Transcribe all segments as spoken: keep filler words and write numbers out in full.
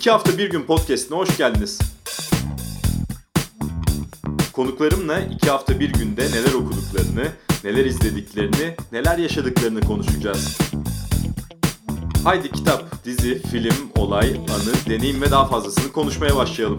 İki Hafta Bir Gün Podcast'ine hoş geldiniz. Konuklarımla iki hafta bir günde neler okuduklarını, neler izlediklerini, neler yaşadıklarını konuşacağız. Haydi kitap, dizi, film, olay, anı, deneyim ve daha fazlasını konuşmaya başlayalım.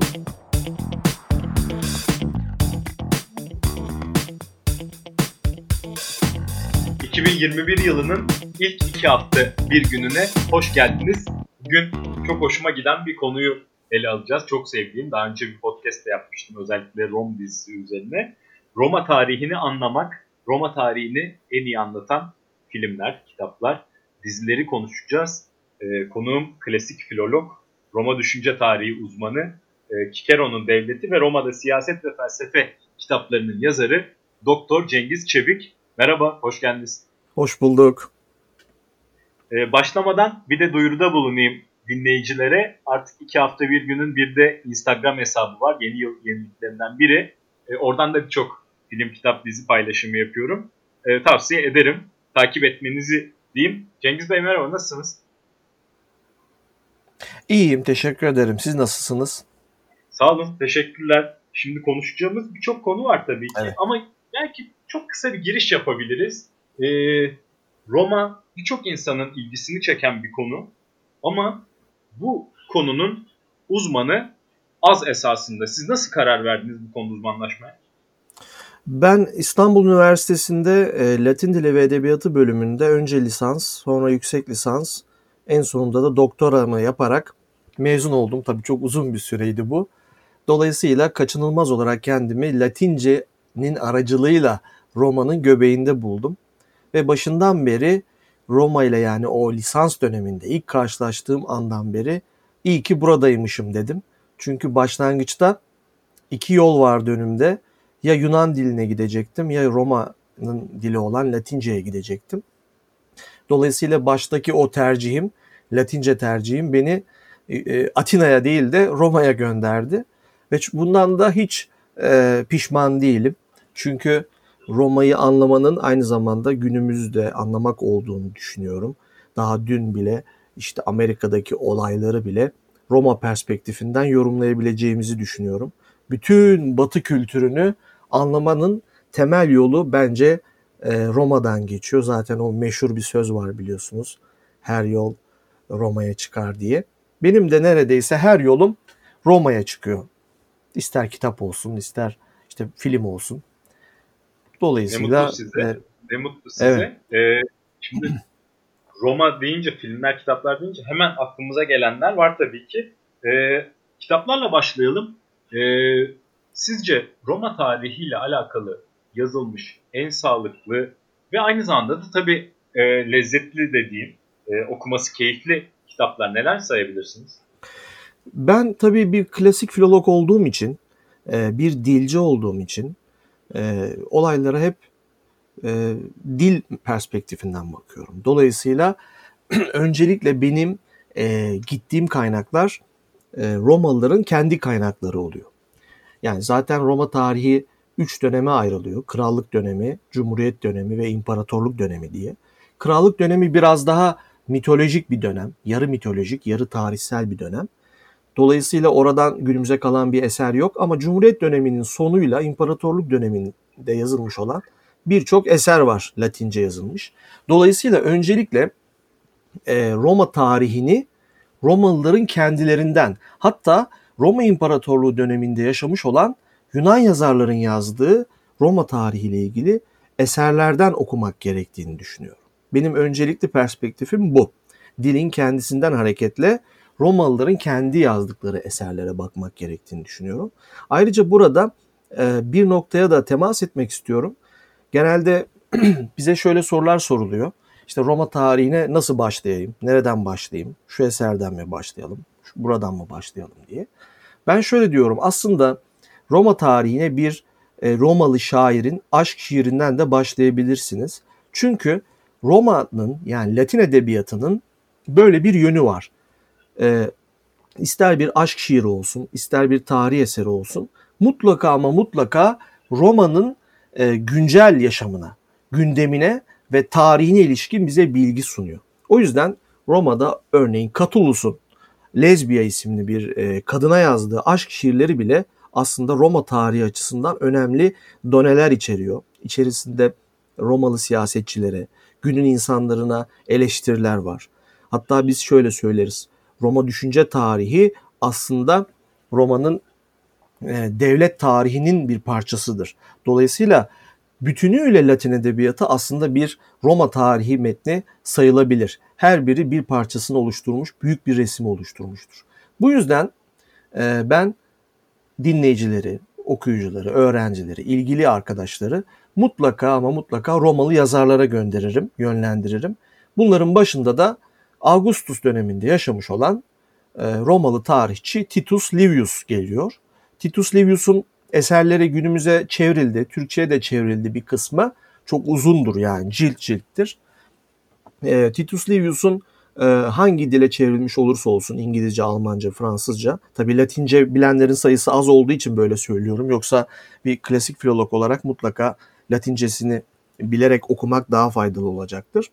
iki bin yirmi bir yılının ilk iki hafta bir gününe hoş geldiniz. Bugün çok hoşuma giden bir konuyu ele alacağız. Çok sevdiğim, daha önce bir podcast de yapmıştım özellikle Roma dizisi üzerine. Roma tarihini anlamak, Roma tarihini en iyi anlatan filmler, kitaplar, dizileri konuşacağız. Ee, konuğum klasik filolog, Roma düşünce tarihi uzmanı, e, Cicero'nun Devleti ve Roma'da Siyaset ve Felsefe kitaplarının yazarı Doktor Cengiz Çevik. Merhaba, hoş geldiniz. Hoş bulduk. Ee, başlamadan bir de duyuruda bulunayım dinleyicilere. Artık iki hafta bir günün bir de Instagram hesabı var. Yeni yıl yeniliklerinden biri. Ee, oradan da birçok film, kitap, dizi paylaşımı yapıyorum. Ee, tavsiye ederim. Takip etmenizi diyeyim. Cengiz Bey merhaba, nasılsınız? İyiyim, teşekkür ederim. Siz nasılsınız? Sağ olun, teşekkürler. Şimdi konuşacağımız birçok konu var tabii ki. Evet. Ama belki çok kısa bir giriş yapabiliriz. Ee, Roma birçok insanın ilgisini çeken bir konu. Ama bu konunun uzmanı az esasında. Siz nasıl karar verdiniz bu konuda uzmanlaşmaya? Ben İstanbul Üniversitesi'nde e, Latin Dili ve Edebiyatı bölümünde önce lisans, sonra yüksek lisans, en sonunda da doktoramı yaparak mezun oldum. Tabii çok uzun bir süreydi bu. Dolayısıyla kaçınılmaz olarak kendimi Latince'nin aracılığıyla Roma'nın göbeğinde buldum. Ve başından beri Roma ile, yani o lisans döneminde ilk karşılaştığım andan beri iyi ki buradaymışım dedim. Çünkü başlangıçta iki yol vardı önümde. Ya Yunan diline gidecektim ya Roma'nın dili olan Latince'ye gidecektim. Dolayısıyla baştaki o tercihim, Latince tercihim beni e, Atina'ya değil de Roma'ya gönderdi. Ve bundan da hiç e, pişman değilim. Çünkü Roma'yı anlamanın aynı zamanda günümüzde anlamak olduğunu düşünüyorum. Daha dün bile işte Amerika'daki olayları bile Roma perspektifinden yorumlayabileceğimizi düşünüyorum. Bütün Batı kültürünü anlamanın temel yolu bence e, Roma'dan geçiyor. Zaten o meşhur bir söz var biliyorsunuz. Her yol Roma'ya çıkar diye. Benim de neredeyse her yolum Roma'ya çıkıyor. İster kitap olsun, ister işte film olsun. Dolayısıyla ne mutlu size. E, ne mutlu size. Evet. Ee, şimdi Roma deyince, filmler, kitaplar deyince hemen aklımıza gelenler var tabii ki. Ee, kitaplarla başlayalım. Ee, sizce Roma tarihiyle alakalı yazılmış en sağlıklı ve aynı zamanda da tabii e, lezzetli dediğim, e, okuması keyifli kitaplar neler sayabilirsiniz? Ben tabii bir klasik filolog olduğum için, e, bir dilci olduğum için e, olaylara hep e, dil perspektifinden bakıyorum. Dolayısıyla öncelikle benim e, gittiğim kaynaklar e, Romalıların kendi kaynakları oluyor. Yani zaten Roma tarihi üç döneme ayrılıyor. Krallık dönemi, Cumhuriyet dönemi ve İmparatorluk dönemi diye. Krallık dönemi biraz daha mitolojik bir dönem. Yarı mitolojik, yarı tarihsel bir dönem. Dolayısıyla oradan günümüze kalan bir eser yok. Ama Cumhuriyet döneminin sonuyla İmparatorluk döneminde yazılmış olan birçok eser var, Latince yazılmış. Dolayısıyla öncelikle e, Roma tarihini Romalıların kendilerinden, hatta Roma İmparatorluğu döneminde yaşamış olan Yunan yazarların yazdığı Roma tarihiyle ilgili eserlerden okumak gerektiğini düşünüyorum. Benim öncelikli perspektifim bu. Dilin kendisinden hareketle Romalıların kendi yazdıkları eserlere bakmak gerektiğini düşünüyorum. Ayrıca burada e, bir noktaya da temas etmek istiyorum. Genelde bize şöyle sorular soruluyor. İşte Roma tarihine nasıl başlayayım? Nereden başlayayım? Şu eserden mi başlayalım? Buradan mı başlayalım diye. Ben şöyle diyorum. Aslında Roma tarihine bir e, Romalı şairin aşk şiirinden de başlayabilirsiniz. Çünkü Roma'nın, yani Latin edebiyatının böyle bir yönü var. E, ister bir aşk şiiri olsun, ister bir tarih eseri olsun. Mutlaka ama mutlaka Roma'nın e, güncel yaşamına, gündemine ve tarihine ilişkin bize bilgi sunuyor. O yüzden Roma'da örneğin Catullus'un Lesbia isimli bir e, kadına yazdığı aşk şiirleri bile aslında Roma tarihi açısından önemli doneler içeriyor. İçerisinde Romalı siyasetçilere, günün insanlarına eleştiriler var. Hatta biz şöyle söyleriz. Roma düşünce tarihi aslında Roma'nın e, devlet tarihinin bir parçasıdır. Dolayısıyla bütünüyle Latin edebiyatı aslında bir Roma tarihi metni sayılabilir. Her biri bir parçasını oluşturmuş, büyük bir resim oluşturmuştur. Bu yüzden e, ben dinleyicileri, okuyucuları, öğrencileri, ilgili arkadaşları mutlaka ama mutlaka Romalı yazarlara gönderirim, yönlendiririm. Bunların başında da Augustus döneminde yaşamış olan e, Romalı tarihçi Titus Livius geliyor. Titus Livius'un eserleri günümüze çevrildi, Türkçe'ye de çevrildi bir kısmı. Çok uzundur yani, cilt cilttir. E, Titus Livius'un e, hangi dile çevrilmiş olursa olsun, İngilizce, Almanca, Fransızca, tabii Latince bilenlerin sayısı az olduğu için böyle söylüyorum. Yoksa bir klasik filolog olarak mutlaka Latincesini bilerek okumak daha faydalı olacaktır.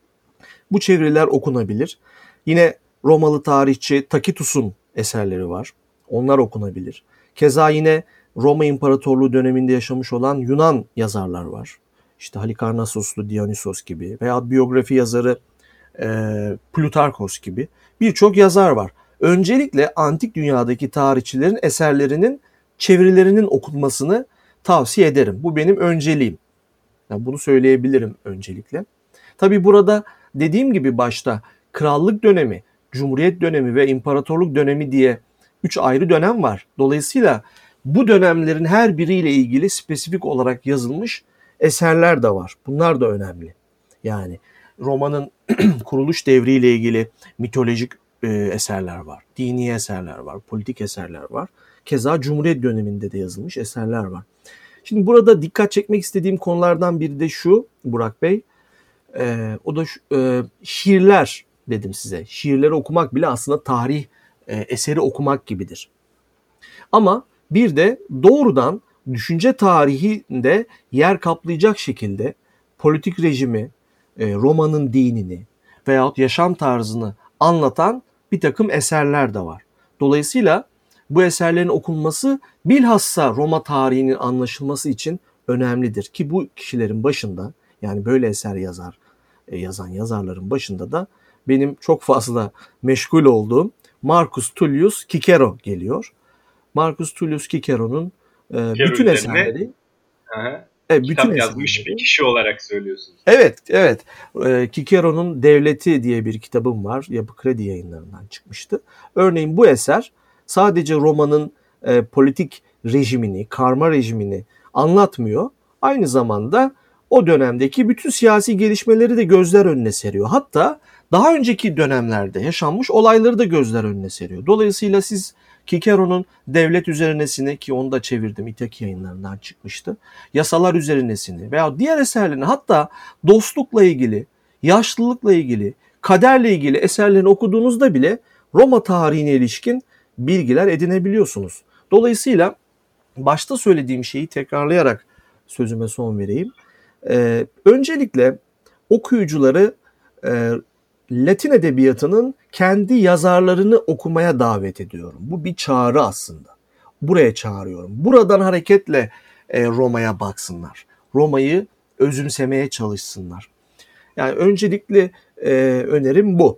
Bu çeviriler okunabilir. Yine Romalı tarihçi Tacitus'un eserleri var. Onlar okunabilir. Keza yine Roma İmparatorluğu döneminde yaşamış olan Yunan yazarlar var. İşte Halikarnassoslu Dionysos gibi veya biyografi yazarı e, Plutarkos gibi birçok yazar var. Öncelikle antik dünyadaki tarihçilerin eserlerinin çevirilerinin okunmasını tavsiye ederim. Bu benim önceliğim. Yani bunu söyleyebilirim öncelikle. Tabii burada dediğim gibi başta krallık dönemi, cumhuriyet dönemi ve imparatorluk dönemi diye üç ayrı dönem var. Dolayısıyla bu dönemlerin her biriyle ilgili spesifik olarak yazılmış eserler de var. Bunlar da önemli. Yani Roma'nın kuruluş devriyle ilgili mitolojik e, eserler var, dini eserler var, politik eserler var. Keza Cumhuriyet döneminde de yazılmış eserler var. Şimdi burada dikkat çekmek istediğim konulardan biri de şu Burak Bey. E, o da şu, e, şiirler dedim size. Şiirleri okumak bile aslında tarih e, eseri okumak gibidir. Ama bir de doğrudan düşünce tarihinde yer kaplayacak şekilde politik rejimi, e, Roma'nın dinini veyahut yaşam tarzını anlatan bir takım eserler de var. Dolayısıyla bu eserlerin okunması bilhassa Roma tarihinin anlaşılması için önemlidir. Ki bu kişilerin başında, yani böyle eser yazar e, yazan yazarların başında da benim çok fazla meşgul olduğum Marcus Tullius Cicero geliyor. Marcus Tullius Cicero'nun e, bütün eserleri Aha. Evet, bütün kitap yazmış eserleri. bir kişi olarak söylüyorsunuz. Evet, evet. E, Cicero'nun Devleti diye bir kitabım var. Yapı Kredi Yayınları'ndan çıkmıştı. Örneğin bu eser sadece Roma'nın e, politik rejimini, karma rejimini anlatmıyor. Aynı zamanda o dönemdeki bütün siyasi gelişmeleri de gözler önüne seriyor. Hatta daha önceki dönemlerde yaşanmış olayları da gözler önüne seriyor. Dolayısıyla siz Cicero'nun devlet üzerinesini, ki onu da çevirdim, İtaki Yayınları'ndan çıkmıştı, yasalar üzerinesini veya diğer eserlerini, hatta dostlukla ilgili, yaşlılıkla ilgili, kaderle ilgili eserlerini okuduğunuzda bile Roma tarihine ilişkin bilgiler edinebiliyorsunuz. Dolayısıyla başta söylediğim şeyi tekrarlayarak sözüme son vereyim. Ee, öncelikle okuyucuları e, Latin edebiyatının kendi yazarlarını okumaya davet ediyorum. Bu bir çağrı aslında. Buraya çağırıyorum. Buradan hareketle e, Roma'ya baksınlar. Roma'yı özümsemeye çalışsınlar. Yani öncelikle e, önerim bu.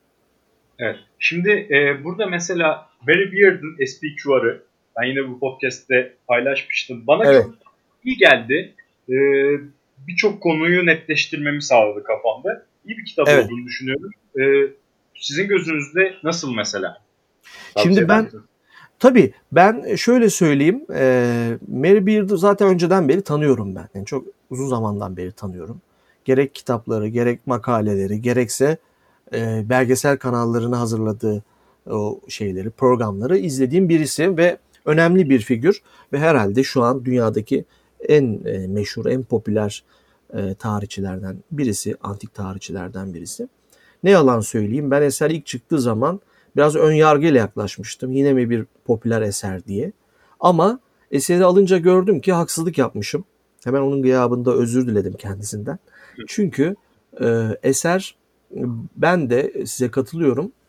Evet. Şimdi e, burada mesela Barry Beard'ın S P Q'ları ben yine bu podcast'te paylaşmıştım. Bana Evet. çok iyi geldi. E, Birçok konuyu netleştirmemi sağladı kafamda. İyi bir kitap Evet. olduğunu düşünüyorum. E, sizin gözünüzde nasıl mesela? Şimdi Tavsiye ben eder misiniz? tabii ben şöyle söyleyeyim. E, Mary Beard'ı zaten önceden beri tanıyorum ben. Yani çok uzun zamandan beri tanıyorum. Gerek kitapları, gerek makaleleri, gerekse e, belgesel kanallarını hazırladığı o şeyleri, programları izlediğim birisi ve önemli bir figür ve herhalde şu an dünyadaki en e, meşhur, en popüler e, tarihçilerden birisi, antik tarihçilerden birisi. Ne yalan söyleyeyim, ben eser ilk çıktığı zaman biraz ön yargıyla yaklaşmıştım. Yine mi bir popüler eser diye. Ama eseri alınca gördüm ki haksızlık yapmışım. Hemen onun gıyabında özür diledim kendisinden. Çünkü e, eser, ben de size katılıyorum,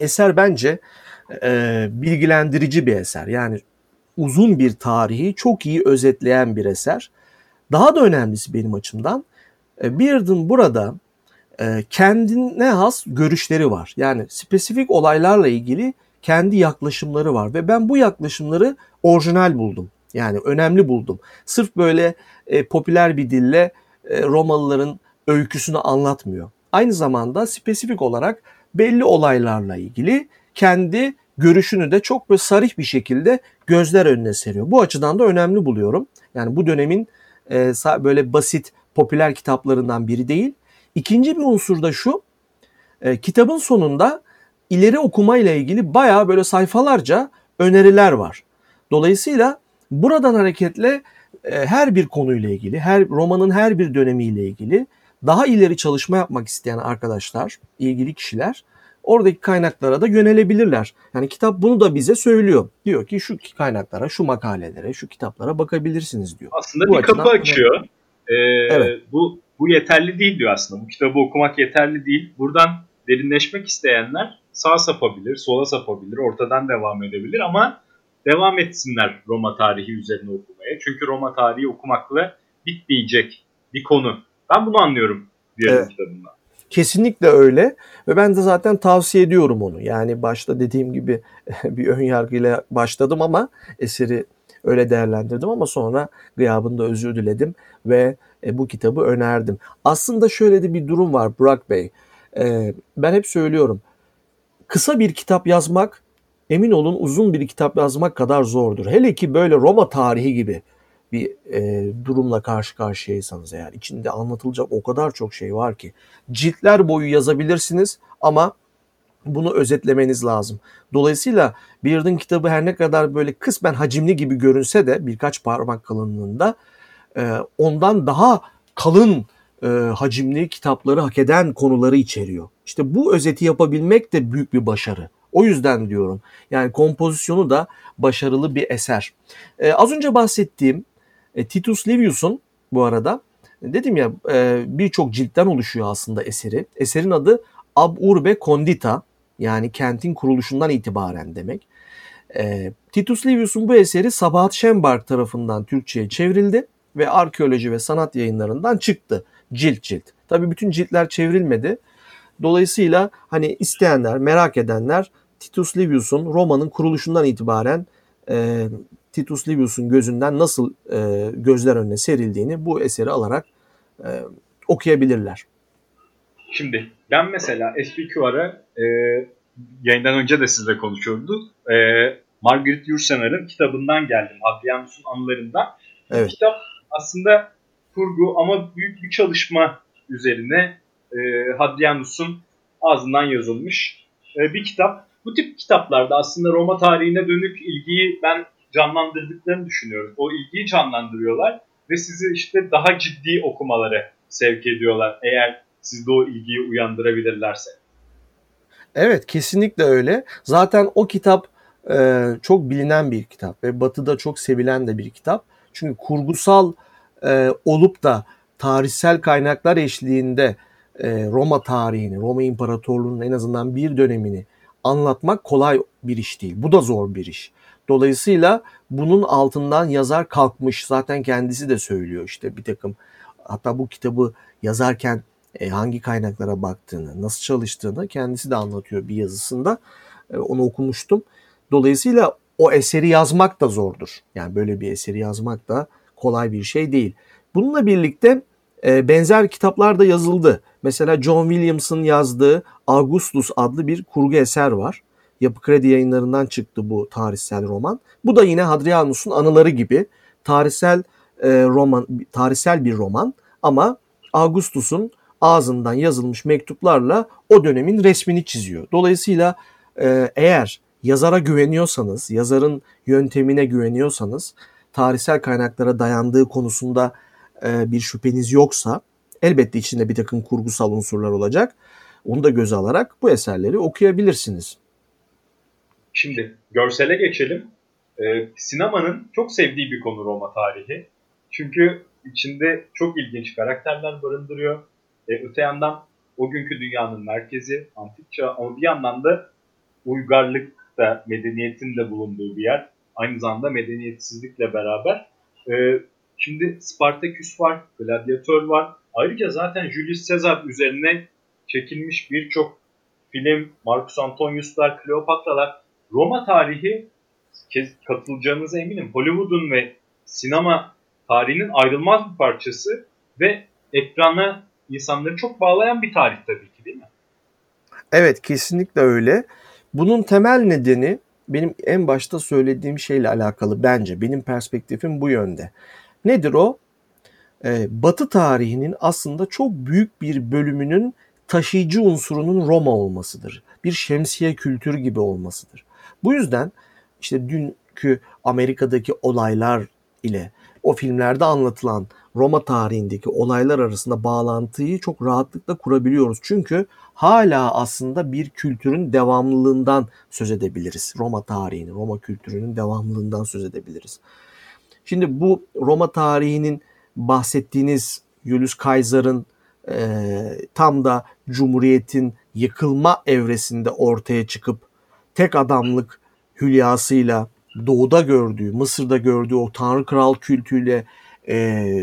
Eser bence e, bilgilendirici bir eser. Yani uzun bir tarihi çok iyi özetleyen bir eser. Daha da önemlisi benim açımdan e, Beard'ın burada e, kendine has görüşleri var. Yani spesifik olaylarla ilgili kendi yaklaşımları var ve ben bu yaklaşımları orijinal buldum. Yani önemli buldum. Sırf böyle e, popüler bir dille e, Romalıların öyküsünü anlatmıyor. Aynı zamanda spesifik olarak belli olaylarla ilgili kendi görüşünü de çok böyle sarih bir şekilde gözler önüne seriyor. Bu açıdan da önemli buluyorum. Yani bu dönemin e, böyle basit popüler kitaplarından biri değil. İkinci bir unsur da şu, e, kitabın sonunda ileri okuma ile ilgili bayağı böyle sayfalarca öneriler var. Dolayısıyla buradan hareketle e, her bir konuyla ilgili, her romanın her bir dönemiyle ilgili daha ileri çalışma yapmak isteyen arkadaşlar, ilgili kişiler oradaki kaynaklara da yönelebilirler. Yani kitap bunu da bize söylüyor. Diyor ki şu kaynaklara, şu makalelere, şu kitaplara bakabilirsiniz diyor. Aslında Bu bir kapı açıdan, açıyor. Ee, evet. Bu bu yeterli değil diyor aslında. Bu kitabı okumak yeterli değil. Buradan derinleşmek isteyenler sağa sapabilir, sola sapabilir, ortadan devam edebilir ama devam etsinler Roma tarihi üzerine okumaya. Çünkü Roma tarihi okumakla bitmeyecek bir konu. Ben bunu anlıyorum diğer Evet. kitabından. Kesinlikle öyle ve ben de zaten tavsiye ediyorum onu. Yani başta dediğim gibi bir ön yargıyla başladım ama eseri öyle değerlendirdim ama sonra gıyabında özür diledim ve bu kitabı önerdim. Aslında şöyle de bir durum var Burak Bey. Ben hep söylüyorum. Kısa bir kitap yazmak emin olun uzun bir kitap yazmak kadar zordur. Hele ki böyle Roma tarihi gibi bir e, durumla karşı karşıyaysanız eğer. İçinde anlatılacak o kadar çok şey var ki. Ciltler boyu yazabilirsiniz ama bunu özetlemeniz lazım. Dolayısıyla Beard'ın kitabı her ne kadar böyle kısmen hacimli gibi görünse de birkaç parmak kalınlığında e, ondan daha kalın e, hacimli kitapları hak eden konuları içeriyor. İşte bu özeti yapabilmek de büyük bir başarı. O yüzden diyorum. Yani kompozisyonu da başarılı bir eser. E, az önce bahsettiğim e, Titus Livius'un bu arada dedim ya e, birçok ciltten oluşuyor aslında eseri. Eserin adı Ab Urbe Condita yani kentin kuruluşundan itibaren demek. E, Titus Livius'un bu eseri Sabahat Şemberg tarafından Türkçe'ye çevrildi ve Arkeoloji ve Sanat Yayınlarından çıktı cilt cilt. Tabii bütün ciltler çevrilmedi. Dolayısıyla hani isteyenler, merak edenler Titus Livius'un Roma'nın kuruluşundan itibaren e, Titus Livius'un gözünden nasıl e, gözler önüne serildiğini bu eseri alarak e, okuyabilirler. Şimdi ben mesela S B Q R'a e, yayından önce de sizle konuşuyorduk. E, Margaret Yourcenar'ın kitabından geldim. Hadrianus'un anılarından. Evet. Bu kitap aslında kurgu ama büyük bir çalışma üzerine e, Hadrianus'un ağzından yazılmış e, bir kitap. Bu tip kitaplarda aslında Roma tarihine dönük ilgiyi ben canlandırdıklarını düşünüyorum. O ilgiyi canlandırıyorlar ve sizi işte daha ciddi okumalara sevk ediyorlar eğer sizde o ilgiyi uyandırabilirlerse. Evet, kesinlikle öyle. Zaten o kitap e, çok bilinen bir kitap ve Batı'da çok sevilen de bir kitap. Çünkü kurgusal e, olup da tarihsel kaynaklar eşliğinde e, Roma tarihini, Roma İmparatorluğu'nun en azından bir dönemini anlatmak kolay bir iş değil. Bu da zor bir iş. Dolayısıyla bunun altından yazar kalkmış. Zaten kendisi de söylüyor işte bir takım. Hatta bu kitabı yazarken e, hangi kaynaklara baktığını, nasıl çalıştığını kendisi de anlatıyor bir yazısında. E, onu okumuştum. Dolayısıyla o eseri yazmak da zordur. Yani böyle bir eseri yazmak da kolay bir şey değil. Bununla birlikte e, benzer kitaplar da yazıldı. Mesela John Williams'ın yazdığı Augustus adlı bir kurgu eser var. Yapı Kredi Yayınlarından çıktı bu tarihsel roman. Bu da yine Hadrianus'un anıları gibi tarihsel e, roman, tarihsel bir roman ama Augustus'un ağzından yazılmış mektuplarla o dönemin resmini çiziyor. Dolayısıyla e, eğer yazara güveniyorsanız, yazarın yöntemine güveniyorsanız, tarihsel kaynaklara dayandığı konusunda e, bir şüpheniz yoksa, elbette içinde bir takım kurgusal unsurlar olacak. Onu da göze alarak bu eserleri okuyabilirsiniz. Şimdi görsele geçelim. Ee, sinemanın çok sevdiği bir konu Roma tarihi. Çünkü içinde çok ilginç karakterler barındırıyor. Ee, öte yandan o günkü dünyanın merkezi, antik çağ ama bir yandan da uygarlık da medeniyetin de bulunduğu bir yer. Aynı zamanda medeniyetsizlikle beraber. Ee, şimdi Spartaküs var, Gladiator var. Ayrıca zaten Julius Caesar üzerine çekilmiş birçok film, Marcus Antonius'lar, Kleopatra'lar. Roma tarihi, katılacağınıza eminim, Hollywood'un ve sinema tarihinin ayrılmaz bir parçası ve ekrana insanları çok bağlayan bir tarih tabii ki, değil mi? Evet, kesinlikle öyle. Bunun temel nedeni benim en başta söylediğim şeyle alakalı bence. Benim perspektifim bu yönde. Nedir o? Ee, Batı tarihinin aslında çok büyük bir bölümünün taşıyıcı unsurunun Roma olmasıdır. Bir şemsiye kültür gibi olmasıdır. Bu yüzden işte dünkü Amerika'daki olaylar ile o filmlerde anlatılan Roma tarihindeki olaylar arasında bağlantıyı çok rahatlıkla kurabiliyoruz. Çünkü hala aslında bir kültürün devamlılığından söz edebiliriz. Roma tarihinin, Roma kültürünün devamlılığından söz edebiliriz. Şimdi bu Roma tarihinin bahsettiğiniz Julius Caesar'ın e, tam da Cumhuriyet'in yıkılma evresinde ortaya çıkıp tek adamlık hülyasıyla Doğu'da gördüğü, Mısır'da gördüğü o Tanrı Kral kültüyle e,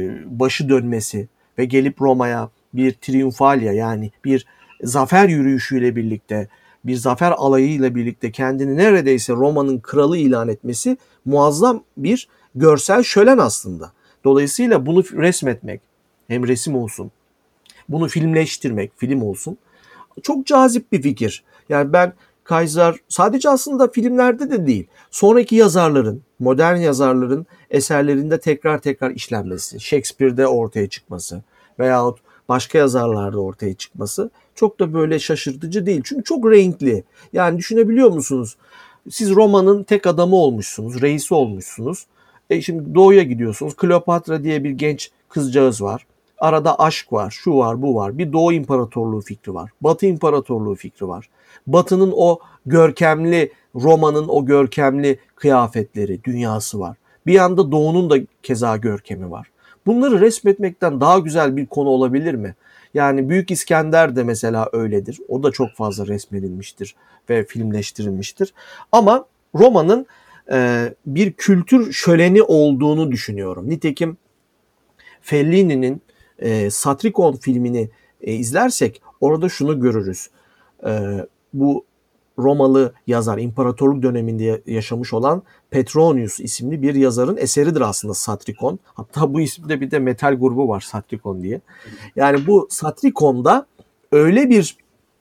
başı dönmesi ve gelip Roma'ya bir triumfalya, yani bir zafer yürüyüşüyle birlikte, bir zafer alayıyla birlikte kendini neredeyse Roma'nın kralı ilan etmesi muazzam bir görsel şölen aslında. Dolayısıyla bunu resmetmek, hem resim olsun, bunu filmleştirmek, film olsun, çok cazip bir fikir. Yani ben Kaiser sadece aslında filmlerde de değil, sonraki yazarların, modern yazarların eserlerinde tekrar tekrar işlenmesi, Shakespeare'de ortaya çıkması veyahut başka yazarlarda ortaya çıkması çok da böyle şaşırtıcı değil. Çünkü çok renkli. Yani düşünebiliyor musunuz? Siz Roma'nın tek adamı olmuşsunuz, reisi olmuşsunuz. E şimdi doğuya gidiyorsunuz. Kleopatra diye bir genç kızcağız var. Arada aşk var, şu var, bu var. Bir Doğu İmparatorluğu fikri var. Batı İmparatorluğu fikri var. Batı'nın o görkemli, Roma'nın o görkemli kıyafetleri, dünyası var. Bir yanda Doğu'nun da keza görkemi var. Bunları resmetmekten daha güzel bir konu olabilir mi? Yani Büyük İskender de mesela öyledir. O da çok fazla resmedilmiştir ve filmleştirilmiştir. Ama Roma'nın e, bir kültür şöleni olduğunu düşünüyorum. Nitekim Fellini'nin e, Satrikon filmini e, izlersek orada şunu görürüz. E, bu Romalı yazar, imparatorluk döneminde yaşamış olan Petronius isimli bir yazarın eseridir aslında Satrikon. Hatta bu isimde bir de metal grubu var, Satrikon diye. Yani bu Satrikon'da öyle bir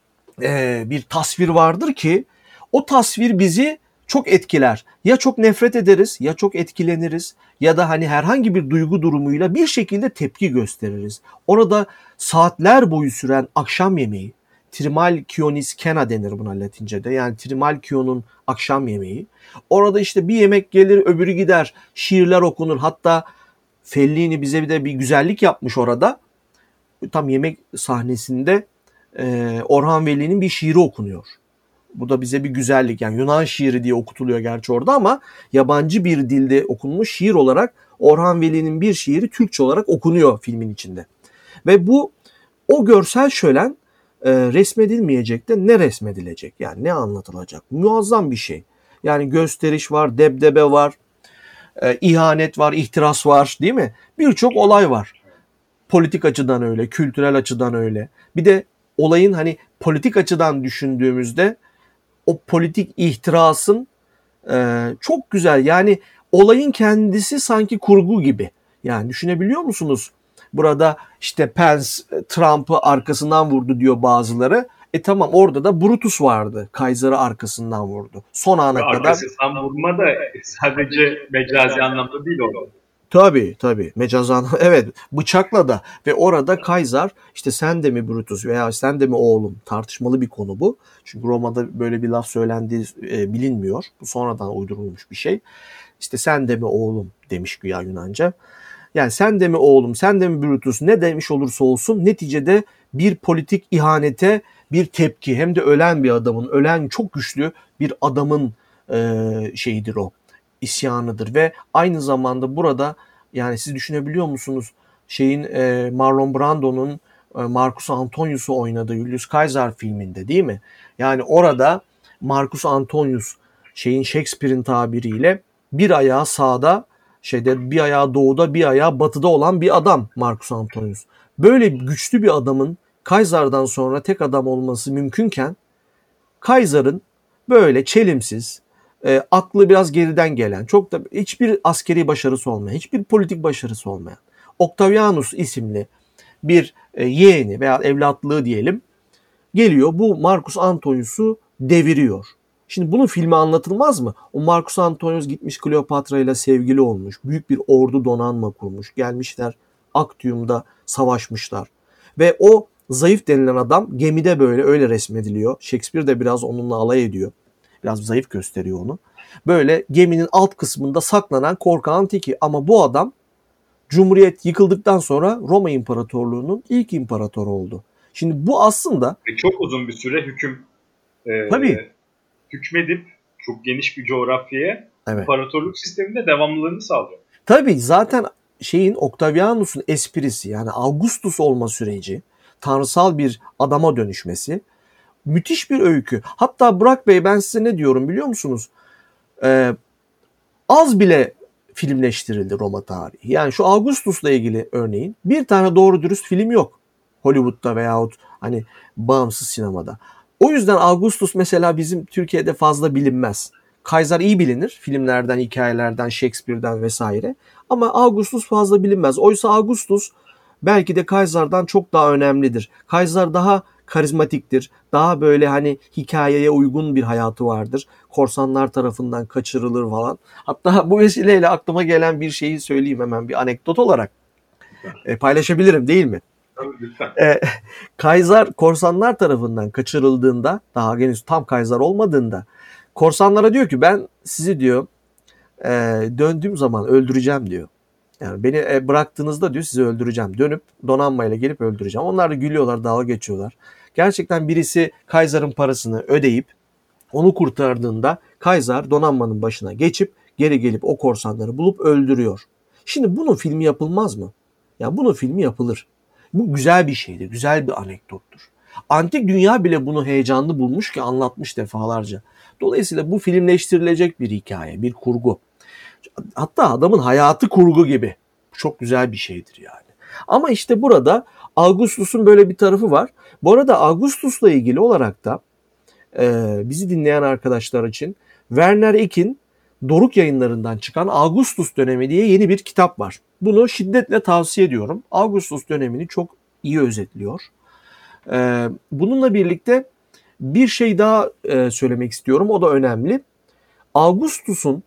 e, bir tasvir vardır ki o tasvir bizi çok etkiler. Ya çok nefret ederiz, ya çok etkileniriz, ya da hani herhangi bir duygu durumuyla bir şekilde tepki gösteririz. Orada saatler boyu süren akşam yemeği, Trimalchionis cena denir buna Latince'de. Yani Trimalchion'un akşam yemeği. Orada işte bir yemek gelir, öbürü gider, şiirler okunur. Hatta Fellini bize bir de bir güzellik yapmış orada. Tam yemek sahnesinde e, Orhan Veli'nin bir şiiri okunuyor. Bu da bize bir güzellik. Yani Yunan şiiri diye okutuluyor gerçi orada ama yabancı bir dilde okunmuş şiir olarak Orhan Veli'nin bir şiiri Türkçe olarak okunuyor filmin içinde. Ve bu o görsel şölen e, resmedilmeyecek de ne resmedilecek? Yani ne anlatılacak? Muazzam bir şey. Yani gösteriş var, debdebe var, e, ihanet var, ihtiras var, değil mi? Birçok olay var. Politik açıdan öyle, kültürel açıdan öyle. Bir de olayın hani politik açıdan düşündüğümüzde o politik ihtirasın e, çok güzel, yani olayın kendisi sanki kurgu gibi. Yani düşünebiliyor musunuz? Burada işte Pence Trump'ı arkasından vurdu diyor bazıları. E tamam, orada da Brutus vardı. Kaiser'ı arkasından vurdu. Son ana kadar. Arkasından vurma da sadece mecazi anlamda değil orada. Tabii tabii mecazan evet, bıçakla da. Ve orada Kaiser işte sen de mi Brutus veya sen de mi oğlum, tartışmalı bir konu bu. Çünkü Roma'da böyle bir laf söylendiği e, bilinmiyor. Bu sonradan uydurulmuş bir şey. İşte sen de mi oğlum demiş güya Yunanca. Yani sen de mi oğlum, sen de mi Brutus, ne demiş olursa olsun neticede bir politik ihanete bir tepki, hem de ölen bir adamın, ölen çok güçlü bir adamın e, şeyidir o. isyanıdır ve aynı zamanda burada yani siz düşünebiliyor musunuz şeyin e, Marlon Brando'nun e, Marcus Antonius'u oynadığı Julius Caesar filminde, değil mi? Yani orada Marcus Antonius şeyin Shakespeare'in tabiriyle bir ayağı sağda, şeyde bir ayağı doğuda, bir ayağı batıda olan bir adam Marcus Antonius. Böyle güçlü bir adamın Kaysar'dan sonra tek adam olması mümkünken Kaysar'ın böyle çelimsiz, e, aklı biraz geriden gelen, çok da hiçbir askeri başarısı olmayan, hiçbir politik başarısı olmayan Octavianus isimli bir e, yeğeni veya evlatlığı diyelim geliyor, bu Marcus Antonius'u deviriyor. Şimdi bunun filmi anlatılmaz mı? O Marcus Antonius gitmiş Kleopatra ile sevgili olmuş. Büyük bir ordu donanma kurmuş. Gelmişler Actium'da savaşmışlar. Ve o zayıf denilen adam gemide böyle öyle resmediliyor. Shakespeare de biraz onunla alay ediyor. Biraz zayıf gösteriyor onu. Böyle geminin alt kısmında saklanan korkağın teki. Ama bu adam Cumhuriyet yıkıldıktan sonra Roma İmparatorluğu'nun ilk imparatoru oldu. Şimdi bu aslında çok uzun bir süre hüküm e, tabii hükmedip çok geniş bir coğrafyaya evet. imparatorluk sisteminde devamlılığını sağlıyor. Tabii zaten şeyin Octavianus'un esprisi, yani Augustus olma süreci, tanrısal bir adama dönüşmesi müthiş bir öykü. Hatta Burak Bey, ben size ne diyorum biliyor musunuz? Ee, az bile filmleştirildi Roma tarihi. Yani şu Augustus'la ilgili örneğin bir tane doğru dürüst film yok. Hollywood'da veyahut hani bağımsız sinemada. O yüzden Augustus mesela bizim Türkiye'de fazla bilinmez. Kaysar iyi bilinir. Filmlerden, hikayelerden, Shakespeare'den vesaire. Ama Augustus fazla bilinmez. Oysa Augustus belki de Kaysar'dan çok daha önemlidir. Kaysar daha karizmatiktir. Daha böyle hani hikayeye uygun bir hayatı vardır. Korsanlar tarafından kaçırılır falan. Hatta bu vesileyle aklıma gelen bir şeyi söyleyeyim hemen bir anekdot olarak. E, paylaşabilirim değil mi? Lütfen. E, Kaysar korsanlar tarafından kaçırıldığında, daha henüz tam Kaysar olmadığında, korsanlara diyor ki ben sizi diyor e, döndüğüm zaman öldüreceğim diyor. Yani beni e, bıraktığınızda diyor sizi öldüreceğim. Dönüp donanmayla gelip öldüreceğim. Onlar da gülüyorlar, dalga geçiyorlar. Gerçekten birisi Kaysar'ın parasını ödeyip onu kurtardığında Kaysar donanmanın başına geçip geri gelip o korsanları bulup öldürüyor. Şimdi bunun filmi yapılmaz mı? Ya bunun filmi yapılır. Bu güzel bir şeydir, güzel bir anekdottur. Antik dünya bile bunu heyecanlı bulmuş ki anlatmış defalarca. Dolayısıyla bu filmleştirilecek bir hikaye, bir kurgu. Hatta adamın hayatı kurgu gibi. Çok güzel bir şeydir yani. Ama işte burada Augustus'un böyle bir tarafı var. Bu arada Augustus'la ilgili olarak da e, bizi dinleyen arkadaşlar için Werner Eck'in Doruk Yayınları'ndan çıkan Augustus dönemi diye yeni bir kitap var. Bunu şiddetle tavsiye ediyorum. Augustus dönemini çok iyi özetliyor. E, bununla birlikte bir şey daha e, söylemek istiyorum. O da önemli. Augustus'un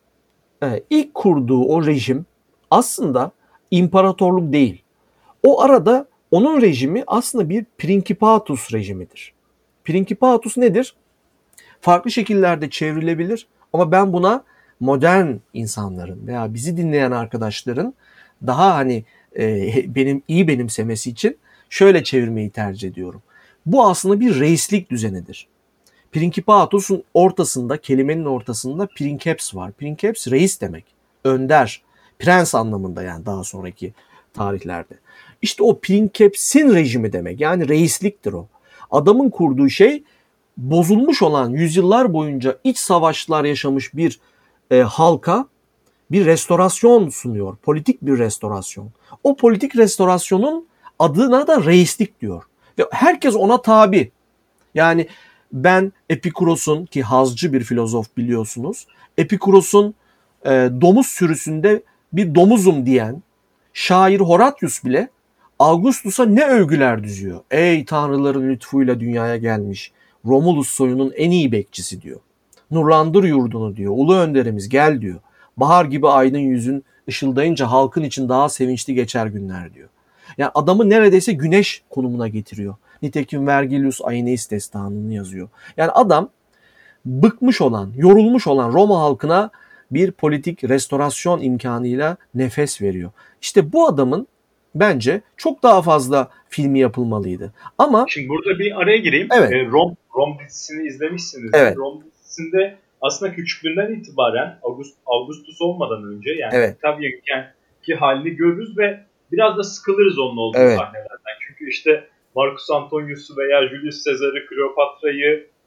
e, ilk kurduğu o rejim aslında imparatorluk değil. O arada onun rejimi aslında bir Principatus rejimidir. Principatus nedir? Farklı şekillerde çevrilebilir ama ben buna modern insanların veya bizi dinleyen arkadaşların daha hani e, benim iyi benimsemesi için şöyle çevirmeyi tercih ediyorum. Bu aslında bir reislik düzenidir. Principatus'un ortasında, kelimenin ortasında princeps var. Princeps reis demek. Önder, prens anlamında yani daha sonraki tarihlerde. İşte o princeps'in rejimi demek. Yani reisliktir o. Adamın kurduğu şey bozulmuş olan, yüzyıllar boyunca iç savaşlar yaşamış bir e, halka bir restorasyon sunuyor. Politik bir restorasyon. O politik restorasyonun adına da reislik diyor. Ve herkes ona tabi. Yani ben Epikuros'un, ki hazcı bir filozof biliyorsunuz, Epikuros'un e, domuz sürüsünde bir domuzum diyen şair Horatius bile Augustus'a ne övgüler düzüyor. Ey tanrıların lütfuyla dünyaya gelmiş Romulus soyunun en iyi bekçisi diyor. Nurlandır yurdunu diyor. Ulu önderimiz gel diyor. Bahar gibi aydın yüzün ışıldayınca halkın için daha sevinçli geçer günler diyor. Yani adamı neredeyse güneş konumuna getiriyor. Nitekim Vergilius Aeneis destanını yazıyor. Yani adam bıkmış olan, yorulmuş olan Roma halkına bir politik restorasyon imkanıyla nefes veriyor. İşte bu adamın bence çok daha fazla filmi yapılmalıydı. Ama şimdi burada bir araya gireyim. Evet. E, Rom Rom dizisini izlemişsiniz. Evet. Rom dizisinde aslında küçüklüğünden itibaren August, Augustus olmadan önce yani Evet. kitap yayınken ki halini görürüz ve biraz da sıkılırız onun olduğu Evet. sahnelerden. Çünkü işte Marcus Antonius'u veya Julius Caesar'ı, Kleopatra'yı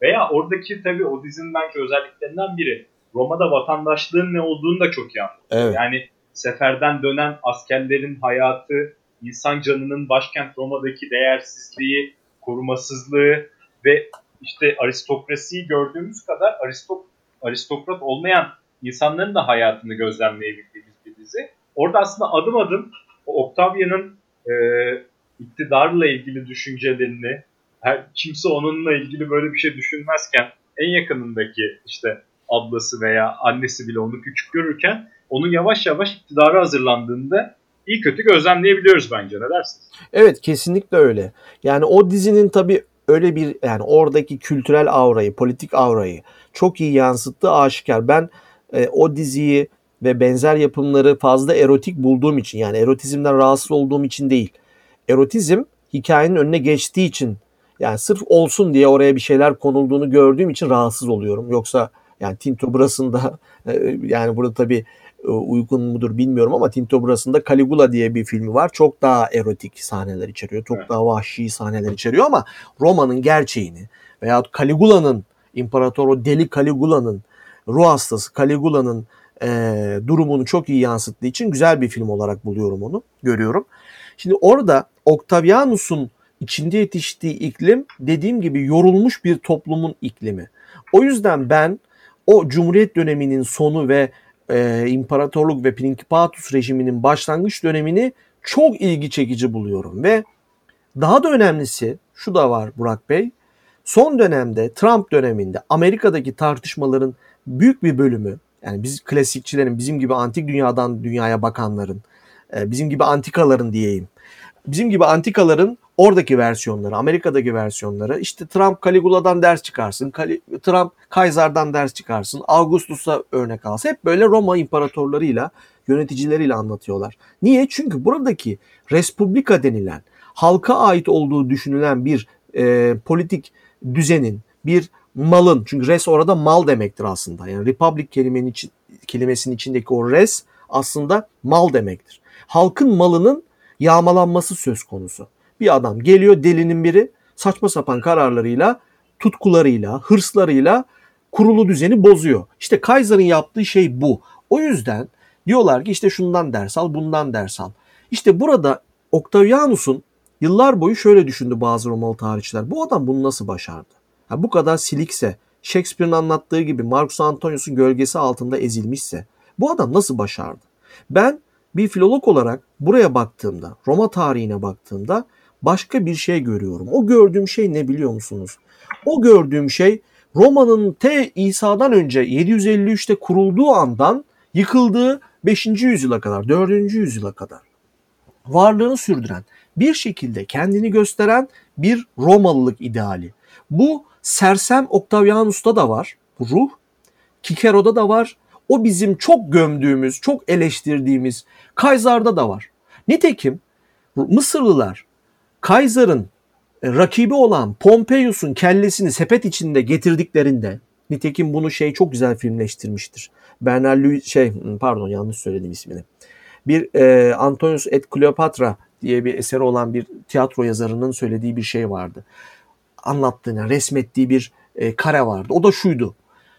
Veya oradaki tabii o dizinin belki özelliklerinden biri Roma'da vatandaşlığın ne olduğunu da çok iyi anlatıyor. Evet. Yani seferden dönen askerlerin hayatı, insan canının başkent Roma'daki değersizliği, korumasızlığı ve işte aristokrasiyi gördüğümüz kadar aristok aristokrat olmayan insanların da hayatını gözlemleyebildiğimiz bir dizi. Orada aslında adım adım o Octavian'ın e, iktidarla ilgili düşüncelerini, her kimse onunla ilgili böyle bir şey düşünmezken en yakınındaki işte ablası veya annesi bile onu küçük görürken onun yavaş yavaş iktidara hazırlandığında iyi kötü gözlemleyebiliyoruz bence. Ne dersiniz? Evet, kesinlikle öyle. Yani o dizinin tabii öyle bir, yani oradaki kültürel aurayı, politik aurayı çok iyi yansıttığı aşikar. Ben e, o diziyi ve benzer yapımları fazla erotik bulduğum için, yani erotizmden rahatsız olduğum için değil. Erotizm hikayenin önüne geçtiği için, yani sırf olsun diye oraya bir şeyler konulduğunu gördüğüm için rahatsız oluyorum. Yoksa yani Tinto Brass'ında e, yani burada tabii e, uygun mudur bilmiyorum ama Tinto Brass'ında Caligula diye bir filmi var. Çok daha erotik sahneler içeriyor. Çok Evet. daha vahşi sahneler içeriyor ama Roma'nın gerçeğini veyahut Caligula'nın, İmparator o deli Caligula'nın, ruh hastası Caligula'nın e, durumunu çok iyi yansıttığı için güzel bir film olarak buluyorum onu, görüyorum. Şimdi orada Octavianus'un içinde yetiştiği iklim, dediğim gibi yorulmuş bir toplumun iklimi. O yüzden ben o Cumhuriyet döneminin sonu ve e, imparatorluk ve Principatus rejiminin başlangıç dönemini çok ilgi çekici buluyorum. Ve daha da önemlisi şu da var Burak Bey. Son dönemde, Trump döneminde Amerika'daki tartışmaların büyük bir bölümü, yani biz klasikçilerin, bizim gibi antik dünyadan dünyaya bakanların, bizim gibi antikaların diyeyim, bizim gibi antikaların oradaki versiyonları, Amerika'daki versiyonları, işte Trump Caligula'dan ders çıkarsın, Trump Kaysar'dan ders çıkarsın, Augustus'a örnek alsın. Hep böyle Roma imparatorlarıyla, yöneticileriyle anlatıyorlar. Niye? Çünkü buradaki Respublika denilen, halka ait olduğu düşünülen bir e, politik düzenin, bir malın, çünkü res orada mal demektir aslında. Yani Republic kelimenin için, kelimesinin içindeki o res aslında mal demektir. Halkın malının yağmalanması söz konusu. Bir adam geliyor, delinin biri, saçma sapan kararlarıyla, tutkularıyla, hırslarıyla kurulu düzeni bozuyor. İşte Kaiser'ın yaptığı şey bu. O yüzden diyorlar ki işte şundan ders al, bundan ders al. İşte burada Octavianus'un yıllar boyu şöyle düşündü bazı Romalı tarihçiler. Bu adam bunu nasıl başardı? Ha, bu kadar silikse, Shakespeare'in anlattığı gibi Marcus Antonius'un gölgesi altında ezilmişse bu adam nasıl başardı? Ben bir filolog olarak buraya baktığımda, Roma tarihine baktığımda başka bir şey görüyorum. O gördüğüm şey ne biliyor musunuz? O gördüğüm şey Roma'nın T İsa'dan önce yedi yüz elli üçte kurulduğu andan yıkıldığı beşinci yüzyıla kadar, dördüncü yüzyıla kadar varlığını sürdüren, bir şekilde kendini gösteren bir Romalılık ideali. Bu sersem Octavianus'ta da var bu ruh, Cicero'da da var. O bizim çok gömdüğümüz, çok eleştirdiğimiz Kaysar'da da var. Nitekim Mısırlılar Kaysar'ın rakibi olan Pompeius'un kellesini sepet içinde getirdiklerinde, nitekim bunu şey çok güzel filmleştirmiştir. Bernard Louis, şey pardon yanlış söyledim ismini. Bir e, Antonius et Cleopatra diye bir eseri olan bir tiyatro yazarının söylediği bir şey vardı. Anlattığını, resmettiği bir e, kare vardı. O da şuydu.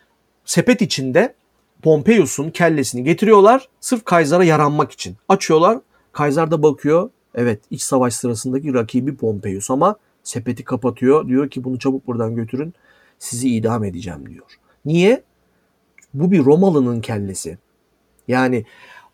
Sepet içinde Pompeius'un kellesini getiriyorlar sırf Kaysar'a yaranmak için. Açıyorlar. Kaysar da bakıyor. Evet, iç savaş sırasındaki rakibi Pompeius ama sepeti kapatıyor. Diyor ki bunu çabuk buradan götürün. Sizi idam edeceğim diyor. Niye? Bu bir Romalı'nın kellesi. Yani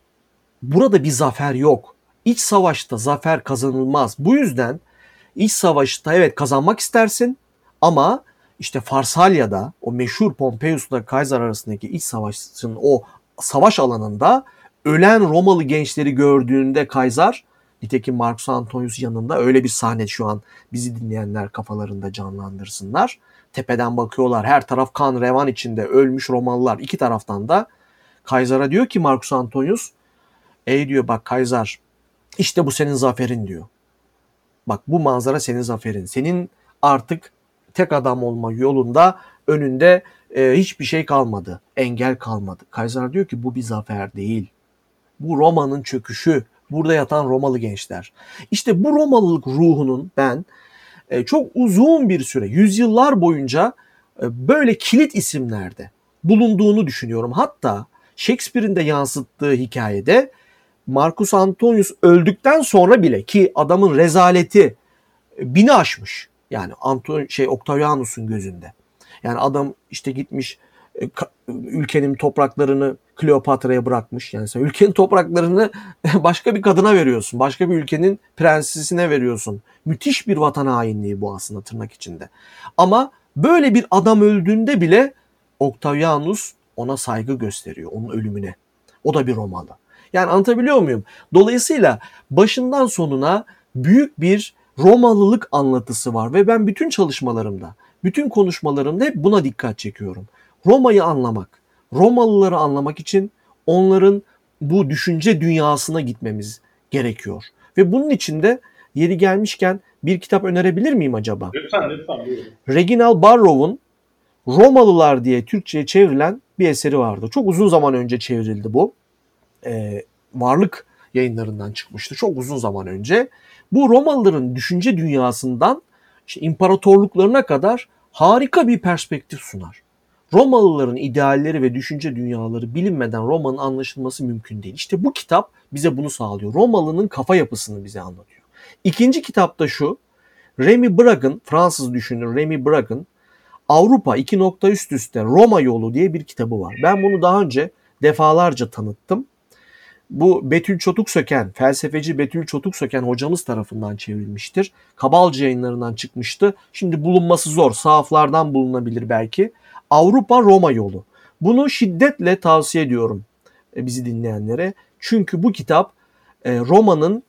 burada bir zafer yok. İç savaşta zafer kazanılmaz. Bu yüzden iç savaşta evet kazanmak istersin ama işte Farsalya'da o meşhur Pompeius'la Kaysar arasındaki iç savaşın o savaş alanında ölen Romalı gençleri gördüğünde Kaysar, nitekim Marcus Antonius yanında, öyle bir sahne şu an bizi dinleyenler kafalarında canlandırsınlar. Tepeden bakıyorlar, her taraf kan revan içinde ölmüş Romalılar, iki taraftan da. Kaysar'a diyor ki Marcus Antonius, ey diyor bak Kaysar, işte bu senin zaferin diyor. Bak bu manzara senin zaferin. Senin artık tek adam olma yolunda önünde e, hiçbir şey kalmadı. Engel kalmadı. Kaysar diyor ki bu bir zafer değil. Bu Roma'nın çöküşü. Burada yatan Romalı gençler. İşte bu Romalılık ruhunun ben e, çok uzun bir süre, yüzyıllar boyunca e, böyle kilit isimlerde bulunduğunu düşünüyorum. Hatta Shakespeare'in de yansıttığı hikayede Marcus Antonius öldükten sonra bile, ki adamın rezaleti bini aşmış. Yani Anton şey Octavianus'un gözünde. Yani adam işte gitmiş ülkenin topraklarını Kleopatra'ya bırakmış. Yani sen ülkenin topraklarını başka bir kadına veriyorsun. Başka bir ülkenin prensesine veriyorsun. Müthiş bir vatan hainliği bu aslında, tırnak içinde. Ama böyle bir adam öldüğünde bile Octavianus ona saygı gösteriyor, onun ölümüne. O da bir Romalı. Yani anlatabiliyor muyum? Dolayısıyla başından sonuna büyük bir Romalılık anlatısı var ve ben bütün çalışmalarımda, bütün konuşmalarımda hep buna dikkat çekiyorum. Roma'yı anlamak, Romalıları anlamak için onların bu düşünce dünyasına gitmemiz gerekiyor. Ve bunun için de yeri gelmişken bir kitap önerebilir miyim acaba? Lütfen lütfen buyurun. Reginald Barrow'un Romalılar diye Türkçe'ye çevrilen bir eseri vardı. Çok uzun zaman önce çevrildi bu. Ee, Varlık yayınlarından çıkmıştı çok uzun zaman önce. Bu Romalıların düşünce dünyasından işte imparatorluklarına kadar harika bir perspektif sunar. Romalıların idealleri ve düşünce dünyaları bilinmeden Roma'nın anlaşılması mümkün değil. İşte bu kitap bize bunu sağlıyor. Romalı'nın kafa yapısını bize anlatıyor. İkinci kitap da şu. Remy Brague'ın, Fransız düşünür Remy Brague'ın Avrupa iki nokta üst üste Roma yolu diye bir kitabı var. Ben bunu daha önce defalarca tanıttım. Bu Betül Çotuksöken, felsefeci Betül Çotuksöken hocamız tarafından çevrilmiştir. Kabalcı yayınlarından çıkmıştı. Şimdi bulunması zor. Sahaflardan bulunabilir belki. Avrupa Roma yolu. Bunu şiddetle tavsiye ediyorum bizi dinleyenlere. Çünkü bu kitap Roma'nın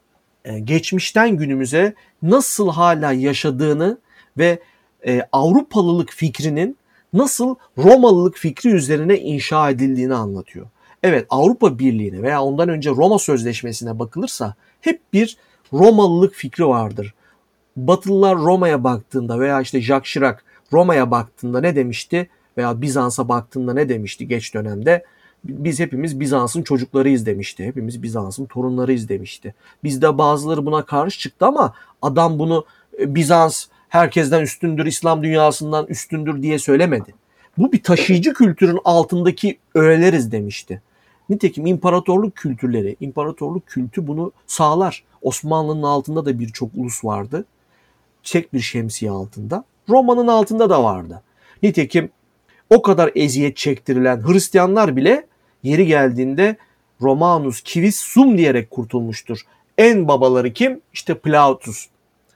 geçmişten günümüze nasıl hala yaşadığını ve Avrupalılık fikrinin nasıl Romalılık fikri üzerine inşa edildiğini anlatıyor. Evet, Avrupa Birliği'ne veya ondan önce Roma Sözleşmesi'ne bakılırsa hep bir Romalılık fikri vardır. Batılılar Roma'ya baktığında veya işte Jacques Chirac Roma'ya baktığında ne demişti veya Bizans'a baktığında ne demişti geç dönemde? Biz hepimiz Bizans'ın çocuklarıyız demişti. Hepimiz Bizans'ın torunlarıyız demişti. Bizde bazıları buna karşı çıktı ama adam bunu Bizans herkesten üstündür, İslam dünyasından üstündür diye söylemedi. Bu bir taşıyıcı kültürün altındaki öğeleriz demişti. Nitekim imparatorluk kültürleri, imparatorluk kültü bunu sağlar. Osmanlı'nın altında da birçok ulus vardı. Tek bir şemsiye altında. Roma'nın altında da vardı. Nitekim o kadar eziyet çektirilen Hristiyanlar bile yeri geldiğinde Romanus Civis Sum diyerek kurtulmuştur. En babaları kim? İşte Plautus.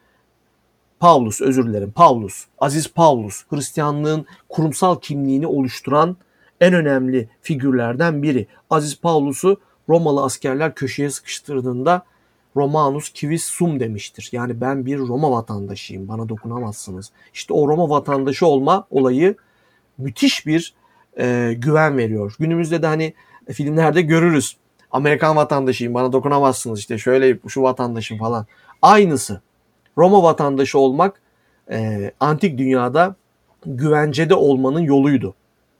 Paulus, özür dilerim. Paulus, Aziz Paulus, Hristiyanlığın kurumsal kimliğini oluşturan en önemli figürlerden biri. Aziz Paulus'u Romalı askerler köşeye sıkıştırdığında Romanus Civis Sum demiştir. Yani ben bir Roma vatandaşıyım, bana dokunamazsınız. İşte o Roma vatandaşı olma olayı müthiş bir e, güven veriyor. Günümüzde de hani filmlerde görürüz. Amerikan vatandaşıyım, bana dokunamazsınız, işte şöyle şu vatandaşım falan. Aynısı. Roma vatandaşı olmak e, antik dünyada güvencede olmanın yoluydu.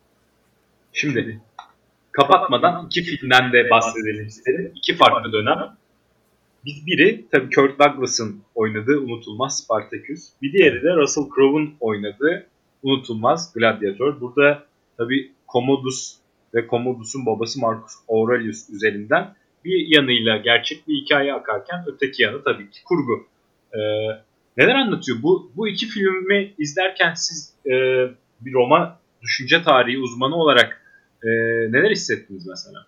Şimdi kapatmadan iki filmden de bahsedelim isterim. İki farklı dönem. Bir, biri tabii Kirk Douglas'ın oynadığı unutulmaz Spartacus. Bir diğeri de Russell Crowe'un oynadığı unutulmaz Gladiator. Burada tabii Commodus ve Commodus'un babası Marcus Aurelius üzerinden bir yanıyla gerçek bir hikaye akarken öteki yanı tabii ki kurgu. Ee, neler anlatıyor? Bu bu iki filmi izlerken siz e, bir Roma düşünce tarihi uzmanı olarak e, neler hissettiniz mesela?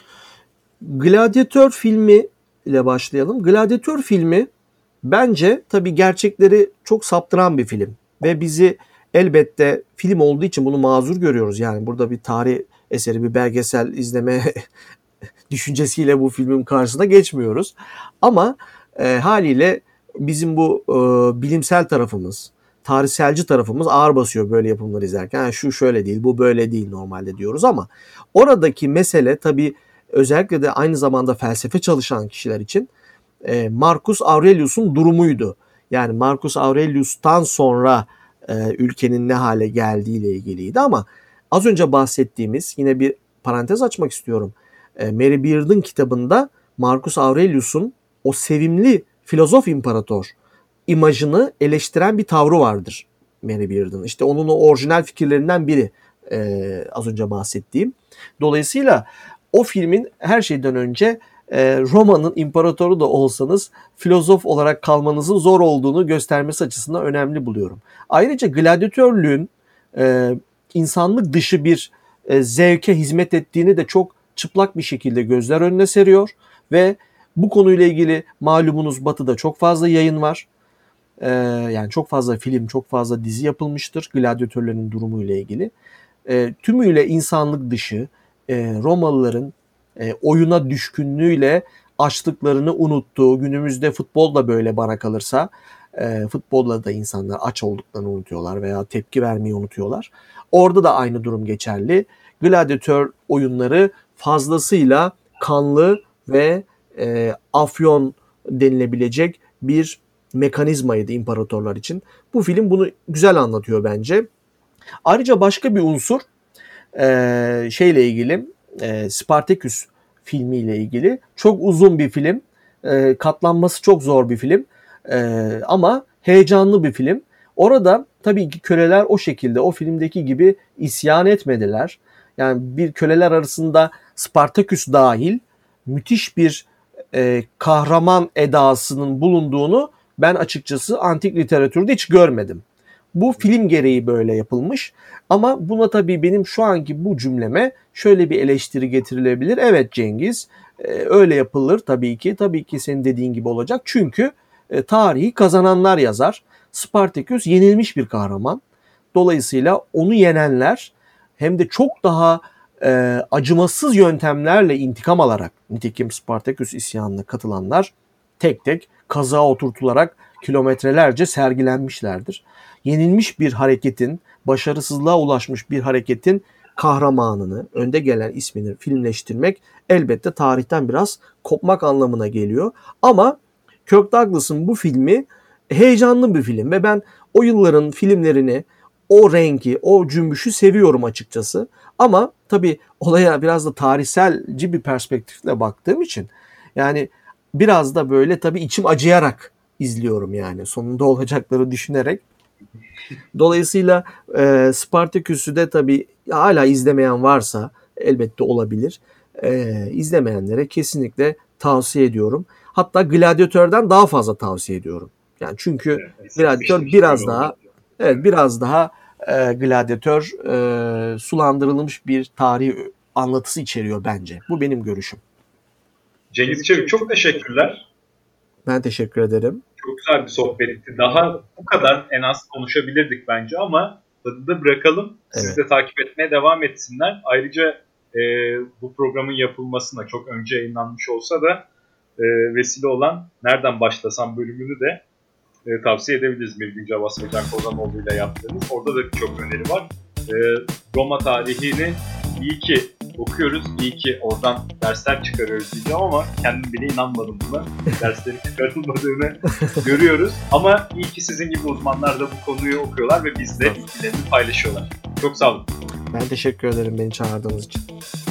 Gladiator filmi ile başlayalım. Gladiator filmi bence tabii gerçekleri çok saptıran bir film ve bizi elbette film olduğu için bunu mazur görüyoruz. Yani burada bir tarih eseri, bir belgesel izleme düşüncesiyle bu filmin karşısına geçmiyoruz. Ama e, haliyle bizim bu e, bilimsel tarafımız, tarihselci tarafımız ağır basıyor böyle yapımları izlerken. Yani şu şöyle değil, bu böyle değil normalde diyoruz ama oradaki mesele tabii özellikle de aynı zamanda felsefe çalışan kişiler için e, Marcus Aurelius'un durumuydu. Yani Marcus Aurelius'tan sonra e, ülkenin ne hale geldiğiyle ilgiliydi ama az önce bahsettiğimiz, yine bir parantez açmak istiyorum. E, Mary Beard'ın kitabında Marcus Aurelius'un o sevimli filozof imparator imajını eleştiren bir tavrı vardır. Mary Beard'ın. İşte onun o orijinal fikirlerinden biri e, az önce bahsettiğim. Dolayısıyla o filmin her şeyden önce e, Roma'nın imparatoru da olsanız filozof olarak kalmanızın zor olduğunu göstermesi açısından önemli buluyorum. Ayrıca gladyatörlüğün e, insanlık dışı bir e, zevke hizmet ettiğini de çok çıplak bir şekilde gözler önüne seriyor ve bu konuyla ilgili malumunuz Batı'da çok fazla yayın var. Ee, yani çok fazla film, çok fazla dizi yapılmıştır gladyatörlerin durumuyla ilgili. Ee, tümüyle insanlık dışı e, Romalıların e, oyuna düşkünlüğüyle açlıklarını unuttuğu, günümüzde futbol da böyle bana kalırsa, e, futbolla da insanlar aç olduklarını unutuyorlar veya tepki vermeyi unutuyorlar. Orada da aynı durum geçerli. Gladyatör oyunları fazlasıyla kanlı ve e, afyon denilebilecek bir mekanizmaydı imparatorlar için. Bu film bunu güzel anlatıyor bence. Ayrıca başka bir unsur e, şeyle ilgili, e, Spartaküs filmiyle ilgili. Çok uzun bir film, e, katlanması çok zor bir film e, ama heyecanlı bir film. Orada tabii ki köleler o şekilde o filmdeki gibi isyan etmediler. Yani bir köleler arasında Spartaküs dahil müthiş bir e, kahraman edasının bulunduğunu ben açıkçası antik literatürde hiç görmedim. Bu film gereği böyle yapılmış ama buna tabii benim şu anki bu cümleme şöyle bir eleştiri getirilebilir. Evet Cengiz, e, öyle yapılır tabii ki. Tabii ki senin dediğin gibi olacak. Çünkü e, tarihi kazananlar yazar. Spartaküs yenilmiş bir kahraman. Dolayısıyla onu yenenler hem de çok daha e, acımasız yöntemlerle intikam alarak, nitekim Spartaküs isyanına katılanlar tek tek kazığa oturtularak kilometrelerce sergilenmişlerdir. Yenilmiş bir hareketin, başarısızlığa ulaşmış bir hareketin kahramanını, önde gelen ismini filmleştirmek elbette tarihten biraz kopmak anlamına geliyor. Ama Kirk Douglas'ın bu filmi heyecanlı bir film ve ben o yılların filmlerini, o rengi, o cümbüşü seviyorum açıkçası. Ama tabii olaya biraz da tarihselci bir perspektifle baktığım için yani biraz da böyle tabii içim acıyarak izliyorum yani sonunda olacakları düşünerek. Dolayısıyla e, Spartaküs'ü de tabii hala izlemeyen varsa elbette olabilir. E, izlemeyenlere kesinlikle tavsiye ediyorum. Hatta Gladyatör'den daha fazla tavsiye ediyorum. Yani çünkü evet, Gladyatör biraz daha evet biraz daha e, Gladyatör e, sulandırılmış bir tarih anlatısı içeriyor bence. Bu benim görüşüm. Cengiz Çevik çok teşekkürler. Ben teşekkür ederim. Çok güzel bir sohbetti. Daha bu kadar en az konuşabilirdik bence ama tadı da bırakalım. Siz evet. de takip etmeye devam etsinler. Ayrıca e, bu programın yapılmasına çok önce yayınlanmış olsa da e, vesile olan Nereden Başlasam bölümünü de e, tavsiye edebiliriz. Mirgün Cavas ve Can Kozanoğlu ile yaptığımız. Orada da birçok öneri var. E, Roma tarihini iyi ki okuyoruz. İyi ki oradan dersler çıkarıyoruz diyeceğim ama kendim bile inanmadım buna. Derslerin çıkarılmadığını görüyoruz. Ama iyi ki sizin gibi uzmanlar da bu konuyu okuyorlar ve bizle bilgilerini paylaşıyorlar. Çok sağ olun. Ben teşekkür ederim beni çağırdığınız için.